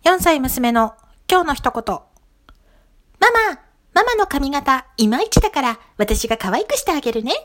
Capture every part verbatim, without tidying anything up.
よんさい娘の今日の一言。ママ、ママの髪型いまいちだから私が可愛くしてあげるね。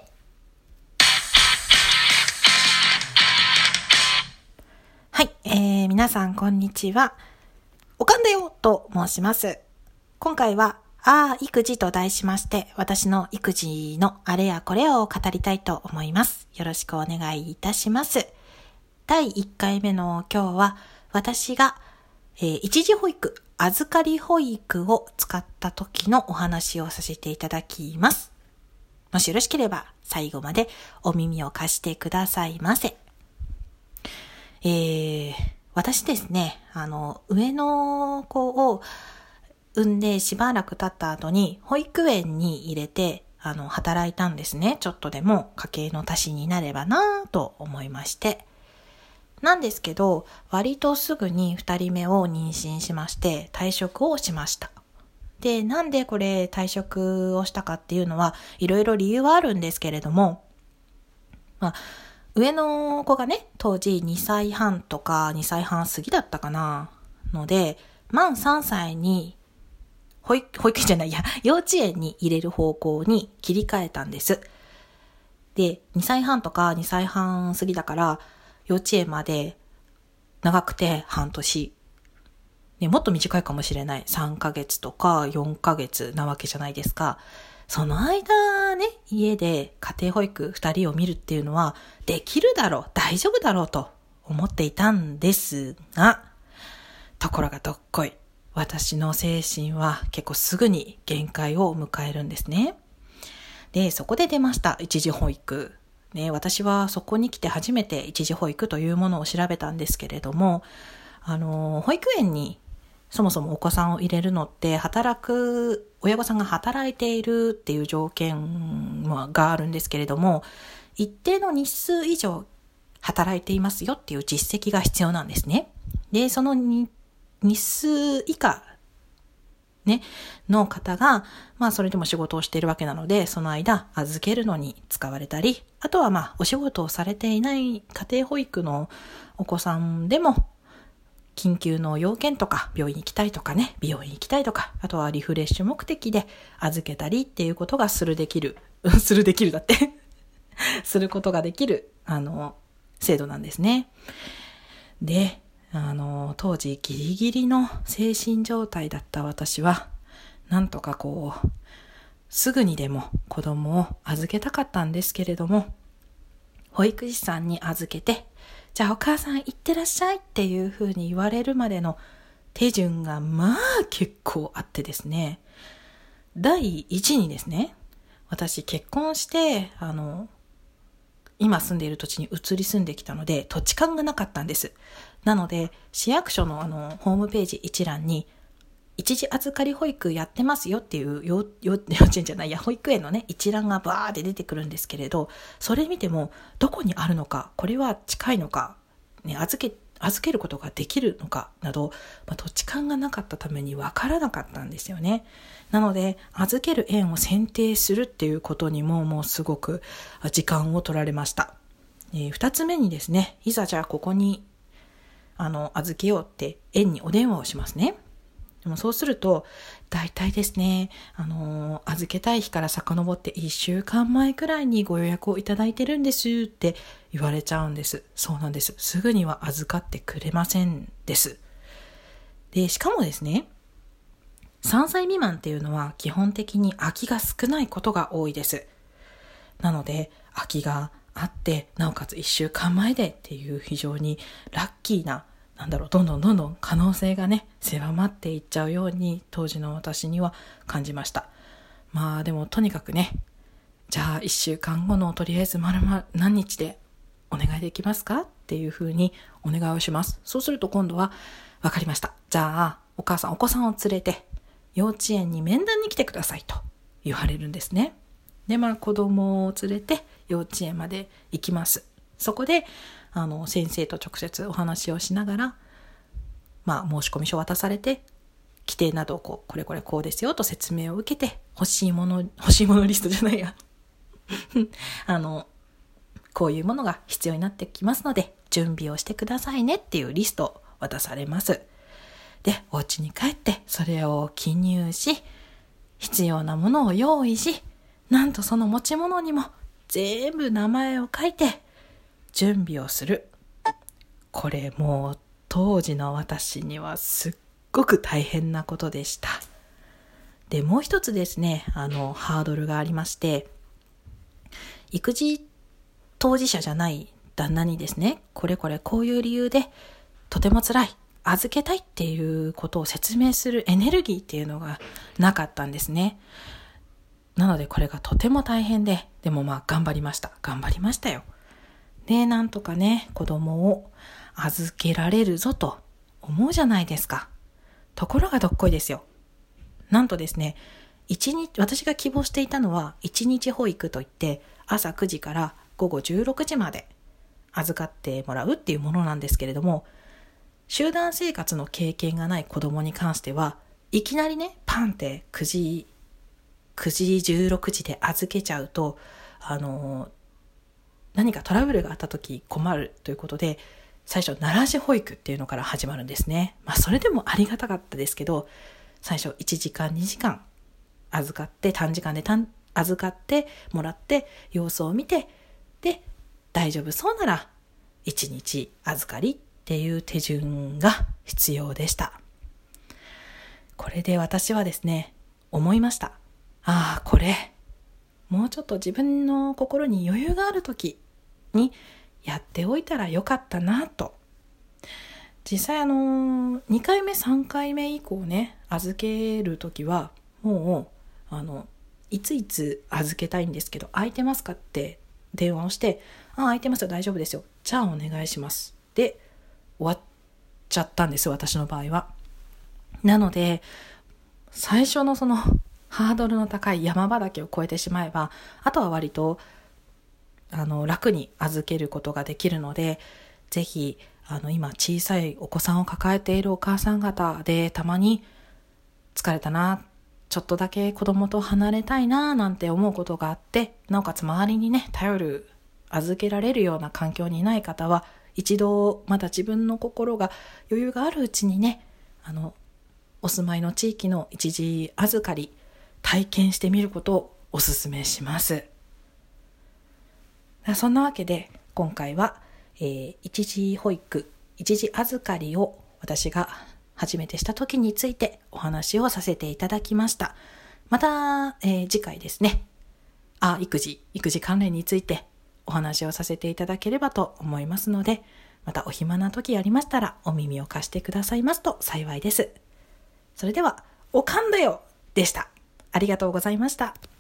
はい、えー、皆さんこんにちは。おかんだよと申します。今回はあー育児と題しまして、私の育児のあれやこれを語りたいと思います。よろしくお願いいたします。だいいっかいめの今日は、私が、えー、一時保育、預かり保育を使った時のお話をさせていただきます。もしよろしければ最後までお耳を貸してくださいませ。えー、私ですね、あの、上の子を産んでしばらく経った後に保育園に入れて、あの、働いたんですね。ちょっとでも家計の足しになればなと思いまして。なんですけど、割とすぐにふたりめを妊娠しまして退職をしました。で、なんでこれ退職をしたかっていうのはいろいろ理由はあるんですけれども、まあ、上の子がね、当時にさいはんとかにさいはん過ぎだったかなので、満さんさいに保育、保育園じゃないや、幼稚園に入れる方向に切り替えたんです。で、にさいはんとかにさいはん過ぎだから、幼稚園まで長くて半年、ね、もっと短いかもしれないさんかげつとかよんかげつなわけじゃないですか。その間ね、家で家庭保育ふたりを見るっていうのはできるだろう、大丈夫だろうと思っていたんですが、ところがどっこい、私の精神は結構すぐに限界を迎えるんですね。で、そこで出ました一時保育。ね、私はそこに来て初めて一時保育というものを調べたんですけれども、あの、保育園にそもそもお子さんを入れるのって働く、親御さんが働いているっていう条件があるんですけれども、一定の日数以上働いていますよっていう実績が必要なんですね。で、その日数以下ね、の方が、まあそれでも仕事をしているわけなので、その間預けるのに使われたり、あとはまあお仕事をされていない家庭保育のお子さんでも、緊急の要件とか、病院に行きたいとかね、美容院に行きたいとか、あとはリフレッシュ目的で預けたりっていうことがするできる、するできるだって、することができる、あの、制度なんですね。で、あの、当時ギリギリの精神状態だった私は、なんとかこう、すぐにでも子供を預けたかったんですけれども、保育士さんに預けて、じゃあお母さん行ってらっしゃいっていうふうに言われるまでの手順がまあ結構あってですね、第一にですね、私結婚して、あの、今住んでいる土地に移り住んできたので土地勘がなかったんです。なので市役所のあのホームページ一覧に一時預かり保育やってますよっていう幼稚園じゃないや保育園のね一覧がバーって出てくるんですけれど、それ見てもどこにあるのか、これは近いのか、ね、預け預けることができるのかなど、まあ、土地勘がなかったために分からなかったんですよね。なので預ける園を選定するっていうことにももうすごく時間を取られました。えー、二つ目にですね、いざじゃあここにあの預けようって園にお電話をしますね。でもそうすると大体ですね、あのー、預けたい日から遡っていっしゅうかんまえくらいにご予約をいただいてるんですって言われちゃうんです。そうなんです。すぐには預かってくれませんです。で、しかもですね、さんさい未満っていうのは基本的に空きが少ないことが多いです。なので空きがあってなおかついっしゅうかんまえでっていう非常にラッキーな、なんだろう、どんどんどんどん可能性がね狭まっていっちゃうように当時の私には感じました。まあでもとにかくね、じゃあいっしゅうかんごのとりあえず丸々何日でお願いできますかっていうふうにお願いをします。そうすると今度はわかりました、じゃあお母さんお子さんを連れて幼稚園に面談に来てくださいと言われるんですね。でまあ子供を連れて幼稚園まで行きます。そこであの先生と直接お話をしながら、まあ申し込み書を渡されて規定などをこうこれこれこうですよと説明を受けて、欲しいもの欲しいものリストじゃないやあのこういうものが必要になってきますので準備をしてくださいねっていうリストを渡されます。 で、お家に帰ってそれを記入し、必要なものを用意し、なんとその持ち物にも全部名前を書いて準備をする。これもう当時の私にはすっごく大変なことでした。で、もう一つですね、あのハードルがありまして、育児当事者じゃない旦那にですね、これこれこういう理由でとても辛い、預けたいっていうことを説明するエネルギーっていうのがなかったんですね。なのでこれがとても大変で、でもまあ頑張りました。頑張りましたよ。で、なんとかね、子供を預けられるぞと思うじゃないですか。ところがどっこいですよ。なんとですね、一日、私が希望していたのは一日保育といって、朝くじから午後じゅうろくじまで預かってもらうっていうものなんですけれども、集団生活の経験がない子供に関しては、いきなりね、パンってくじ、くじじゅうろくじで預けちゃうと、あの、何かトラブルがあった時困るということで、最初、ならし保育っていうのから始まるんですね。まあ、それでもありがたかったですけど、最初いちじかん、にじかん預かって、短時間で短預かってもらって、様子を見て、で、大丈夫そうなら、いちにち預かりっていう手順が必要でした。これで私はですね、思いました。ああ、これ、もうちょっと自分の心に余裕があるときにやっておいたらよかったなと。実際あの、にかいめ、さんかいめ以降ね、預けるときは、もう、あの、いついつ預けたいんですけど、空いてますかって電話をして、あ、空いてますよ、大丈夫ですよ。じゃあお願いします。で、終わっちゃったんです、私の場合は。なので、最初のそのハードルの高い山場岳を越えてしまえば、あとは割とあの楽に預けることができるので、ぜひあの今小さいお子さんを抱えているお母さん方で、たまに疲れたな、ちょっとだけ子供と離れたいななんて思うことがあって、なおかつ周りにね、頼る、預けられるような環境にいない方は、一度まだ自分の心が余裕があるうちにね、あのお住まいの地域の一時預かり体験してみることをお勧めします。そんなわけで今回は、えー、一時保育、一時預かりを私が初めてした時についてお話をさせていただきました。また、えー、次回ですね、あ、育児、育児関連についてお話をさせていただければと思いますので、またお暇な時ありましたらお耳を貸してくださいますと幸いです。それでは、おかんだよでした。ありがとうございました。